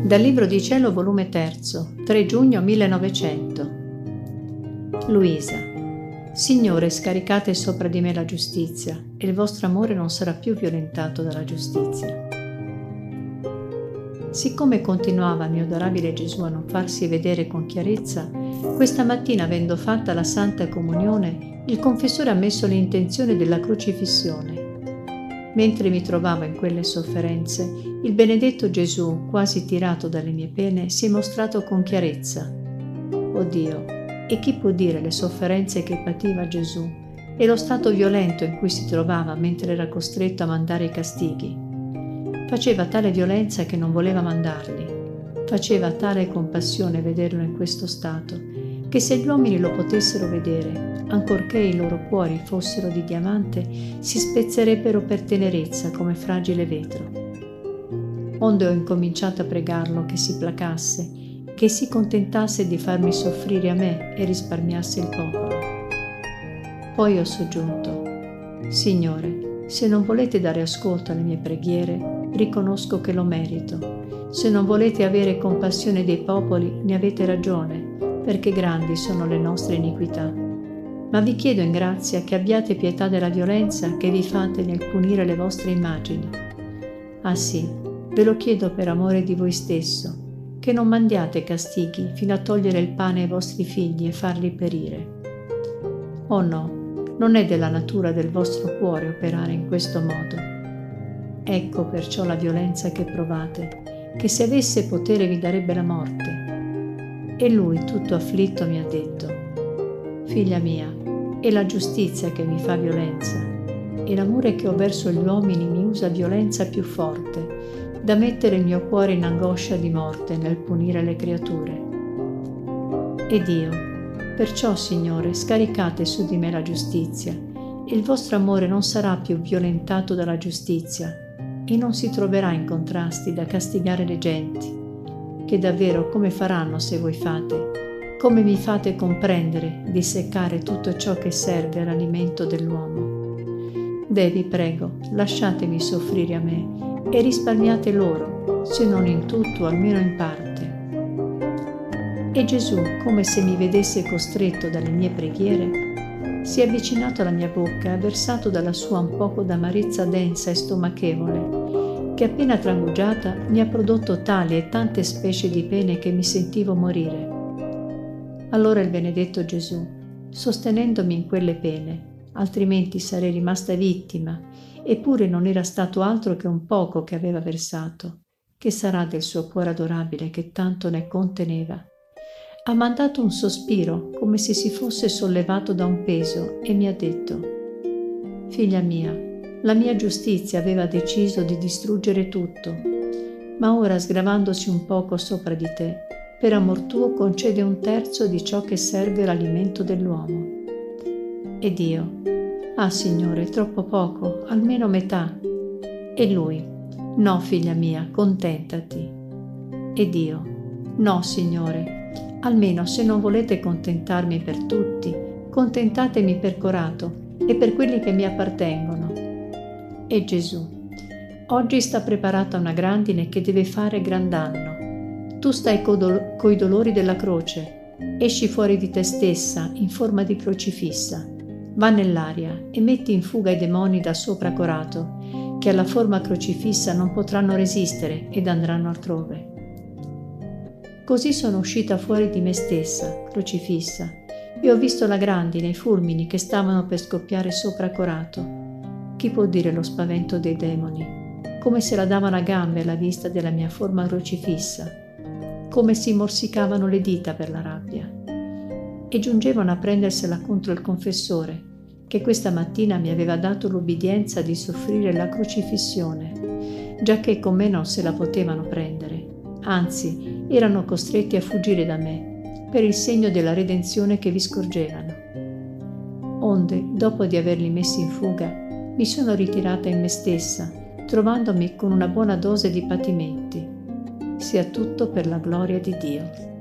Dal Libro di Cielo, volume 3, 3 giugno 1900. Luisa. Signore, scaricate sopra di me la giustizia, e il vostro amore non sarà più violentato dalla giustizia. Siccome continuava mio adorabile Gesù a non farsi vedere con chiarezza, questa mattina, avendo fatta la Santa Comunione, il confessore ha messo l'intenzione della crocifissione. Mentre mi trovavo in quelle sofferenze, il benedetto Gesù, quasi tirato dalle mie pene, si è mostrato con chiarezza. Oh Dio, e chi può dire le sofferenze che pativa Gesù e lo stato violento in cui si trovava mentre era costretto a mandare i castighi? Faceva tale violenza che non voleva mandarli. Faceva tale compassione vederlo in questo stato, che se gli uomini lo potessero vedere, ancorché i loro cuori fossero di diamante, si spezzerebbero per tenerezza come fragile vetro. Onde ho incominciato a pregarlo che si placasse, che si contentasse di farmi soffrire a me e risparmiasse il popolo. Poi ho soggiunto: Signore, se non volete dare ascolto alle mie preghiere, riconosco che lo merito. Se non volete avere compassione dei popoli, ne avete ragione, perché grandi sono le nostre iniquità. Ma vi chiedo in grazia che abbiate pietà della violenza che vi fate nel punire le vostre immagini. Ah sì, ve lo chiedo per amore di voi stesso, che non mandiate castighi fino a togliere il pane ai vostri figli e farli perire. Oh no, non è della natura del vostro cuore operare in questo modo. Ecco perciò la violenza che provate, che se avesse potere vi darebbe la morte. E lui, tutto afflitto, mi ha detto: Figlia mia, è la giustizia che mi fa violenza, e l'amore che ho verso gli uomini mi usa violenza più forte, da mettere il mio cuore in angoscia di morte nel punire le creature. Ed io, perciò, Signore, scaricate su di me la giustizia, e il vostro amore non sarà più violentato dalla giustizia, e non si troverà in contrasti da castigare le genti, che davvero come faranno se voi fate? Come mi fate comprendere di seccare tutto ciò che serve all'alimento dell'uomo? Vi prego, lasciatemi soffrire a me e risparmiate loro, se non in tutto, almeno in parte. E Gesù, come se mi vedesse costretto dalle mie preghiere, si è avvicinato alla mia bocca e ha versato dalla sua un poco d'amarezza densa e stomachevole, che appena trangugiata mi ha prodotto tali e tante specie di pene che mi sentivo morire. Allora il benedetto Gesù, sostenendomi in quelle pene, altrimenti sarei rimasta vittima, eppure non era stato altro che un poco che aveva versato, che sarà del suo cuore adorabile che tanto ne conteneva. Ha mandato un sospiro come se si fosse sollevato da un peso e mi ha detto: Figlia mia, la mia giustizia aveva deciso di distruggere tutto, ma ora, sgravandosi un poco sopra di te, per amor tuo concede un terzo di ciò che serve all'alimento dell'uomo. Ed io: Ah, Signore, troppo poco, almeno metà. E lui: No, figlia mia, contentati. Ed io: No, Signore, almeno se non volete contentarmi per tutti, contentatemi per Corato e per quelli che mi appartengono. E Gesù: Oggi sta preparata una grandine che deve fare gran danno. Tu stai coi dolori della croce, esci fuori di te stessa in forma di crocifissa, va nell'aria e metti in fuga i demoni da sopra Corato, che alla forma crocifissa non potranno resistere ed andranno altrove. Così sono uscita fuori di me stessa, crocifissa, e ho visto la grandine e i fulmini che stavano per scoppiare sopra Corato. Chi può dire lo spavento dei demoni? Come se la davano a gambe alla vista della mia forma crocifissa, come si morsicavano le dita per la rabbia, e giungevano a prendersela contro il confessore, che questa mattina mi aveva dato l'ubbidienza di soffrire la crocifissione, giacché con me non se la potevano prendere, anzi erano costretti a fuggire da me, per il segno della redenzione che vi scorgevano. Onde, dopo di averli messi in fuga, mi sono ritirata in me stessa, trovandomi con una buona dose di patimenti. Sia tutto per la gloria di Dio.